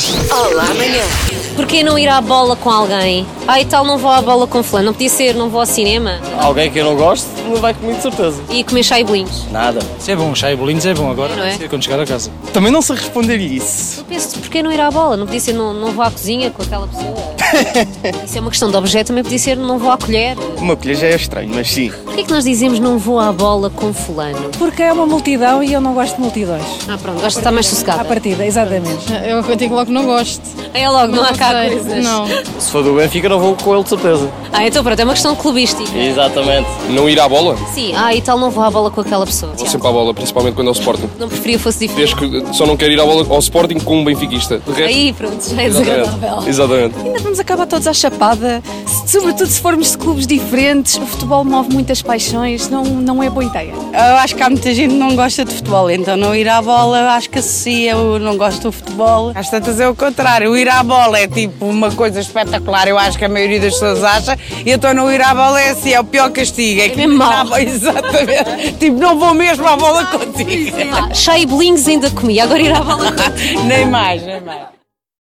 Olá, amanhã. Porquê não ir à bola com alguém? E tal, não vou à bola com fulano. Não podia ser, não vou ao cinema? Alguém que eu não gosto, não vai comigo de certeza. E comer chá e bolinhos? Nada. Isso é bom, chá e bolinhos é bom agora. Não é? Quando chegar a casa. Também não sei responder isso. Eu penso, porquê não ir à bola? Não podia ser, não vou à cozinha com aquela pessoa? Isso é uma questão de objeto, também podia ser, não vou à colher. Uma colher já é estranho, mas sim. Porquê que nós dizemos não vou à bola com fulano? Porque é uma multidão e eu não gosto de multidões. Pronto, gosto de estar mais À sossegada. partida, exatamente. Eu digo logo que não gosto. É logo, não há cá sei. coisas. Não. Se for do Benfica, não vou com ele de certeza. Então pronto, é uma questão clubística. Exatamente. Não ir à bola? Sim, e tal, não vou à bola com aquela pessoa. Vou sempre à bola, principalmente quando é o Sporting. Não preferia fosse diferente. Desde que só não quero ir à bola ao Sporting com um benfiquista. De resto, Aí, pronto, já é desagradável. Exatamente. Ainda vamos acabar todos à chapada, sobretudo se formos de clubes diferentes. O futebol move muitas paixões, não é boa ideia. Eu acho que há muita gente que não gosta de futebol, então não ir à bola acho que associa, eu não gosto do futebol. Às tantas é o contrário, o ir à bola é tipo uma coisa espetacular, eu acho que a maioria das pessoas acha, e então não ir à bola é assim, é o pior castigo. É que mesmo mau. Exatamente, tipo, não vou mesmo à bola contigo. Chá e bolinhos ainda comia, agora ir à bola com Nem mais, nem mais.